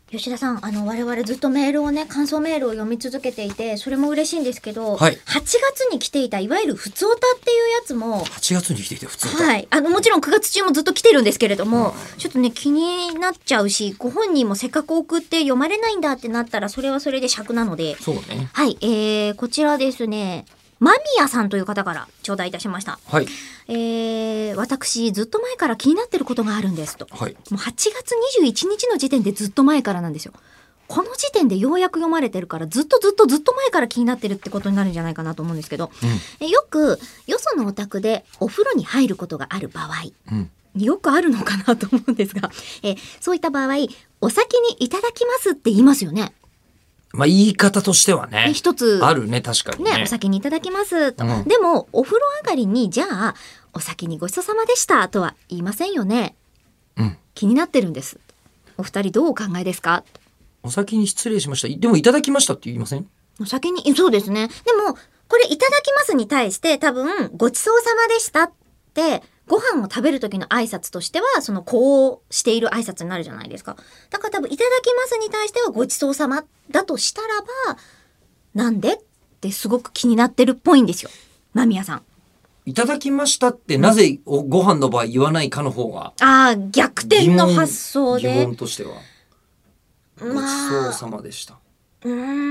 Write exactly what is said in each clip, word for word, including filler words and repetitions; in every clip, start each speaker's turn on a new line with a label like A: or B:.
A: 吉田さん、あの我々ずっとメールをね、感想メールを読み続けていて、それも嬉しいんですけど、
B: はい、
A: はちがつに来ていたいわゆるふつおたっていうやつも、
B: はちがつに来ていたふつおた、
A: はい、あのもちろんくがつ中もずっと来てるんですけれども、ちょっとね気になっちゃうし、ご本人もせっかく送って読まれないんだってなったらそれはそれで尺なので、
B: そうね、
A: はい、えー、こちらですね、間宮さんという方から頂戴いたしました。
B: はい、
A: えー、私ずっと前から気になってることがあるんですと、
B: はい、
A: もうはちがつにじゅういちにちの時点でずっと前からなんですよ。この時点でようやく読まれてるから、ずっとずっとずっと前から気になってるってことになるんじゃないかなと思うんですけど、うん、えよくよそのお宅でお風呂に入ることがある場合、うん、よくあるのかなと思うんですが、えそういった場合、お先にいただきますって言いますよね。
B: まあ言い方としてはね、
A: 一つ
B: あるね、確かに ね,
A: ね、お先にいただきますと、
B: うん、
A: でもお風呂上がりにじゃあお先にごちそうさまでしたとは言いませんよね、うん、気になってるんです。お二人どうお考えですか。
B: お先に失礼しました。でもいただきましたって言いません？
A: お先に、そうですね。でもこれいただきますに対して多分ごちそうさまでしたってご飯を食べる時の挨拶としてはそのこうしている挨拶になるじゃないですか。だから多分いただきますに対してはごちそうさまだとしたらば、なんでってすごく気になってるっぽいんですよ、間宮さん。
B: いただきましたってなぜご飯の場合言わないかの方が、
A: ああ、逆転の発想で
B: 疑問としては、まあ、ごちそうさまでした。
A: うー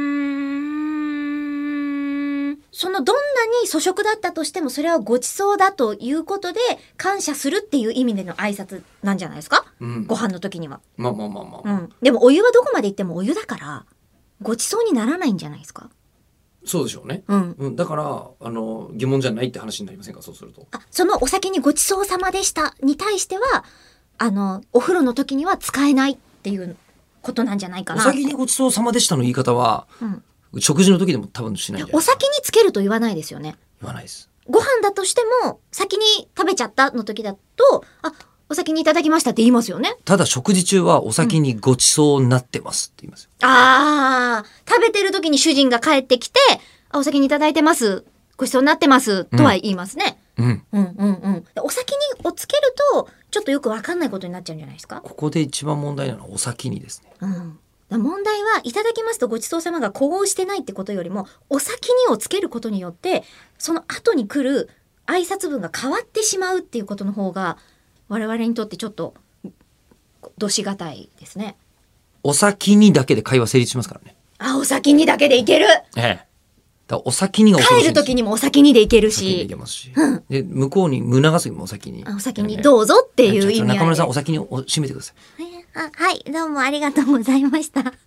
A: ん、そのどんなに粗食だったとしてもそれはごちそうだということで感謝するっていう意味での挨拶なんじゃないですか、うん、ご飯の時には。
B: まあまあまあまあ、うん、
A: でもお湯はどこまで行ってもお湯だからごちそうにならないんじゃないですか。
B: そうでしょうね、うんうん、だからあの疑問じゃないって話になりませんか。そうすると、
A: あ、そのお先にごちそうさまでしたに対してはあのお風呂の時には使えないっていうことなんじゃないかな。
B: お先にごちそうさまでしたの言い方は、うん、食事の時でも多分しないんじゃないですか。
A: お先につけると言わないですよね。
B: 言わないです。
A: ご飯だとしても先に食べちゃったの時だと、あ、お先にいただきましたって言いますよね。
B: ただ食事中はお先にごちそうになってますって言いますよ、
A: うん、あー、食べてる時に主人が帰ってきて、あ、お先にいただいてます、ごちそうになってますとは言いますね、うん、うんうんうんうん。お先にをつけるとちょっとよく分かんないことになっちゃうんじゃないですか。
B: ここで一番問題なのはお先にですね、
A: うん、問題はいただきますとごちそうさまが呼応してないってことよりも、お先にをつけることによってその後に来る挨拶文が変わってしまうっていうことの方が我々にとってちょっとどしがたいですね。
B: お先にだけで会話成立しますからね。
A: あ、お先にだけでいける。
B: ええ。だお先にが
A: 帰る時にもお先にでいけるし、
B: いけますし、うん、で向こうに胸がすぎもお先に、
A: あ、お先にどうぞっていう意味合いで。
B: 中村さんお先にお閉めてください。
A: あ、はい、どうもありがとうございました。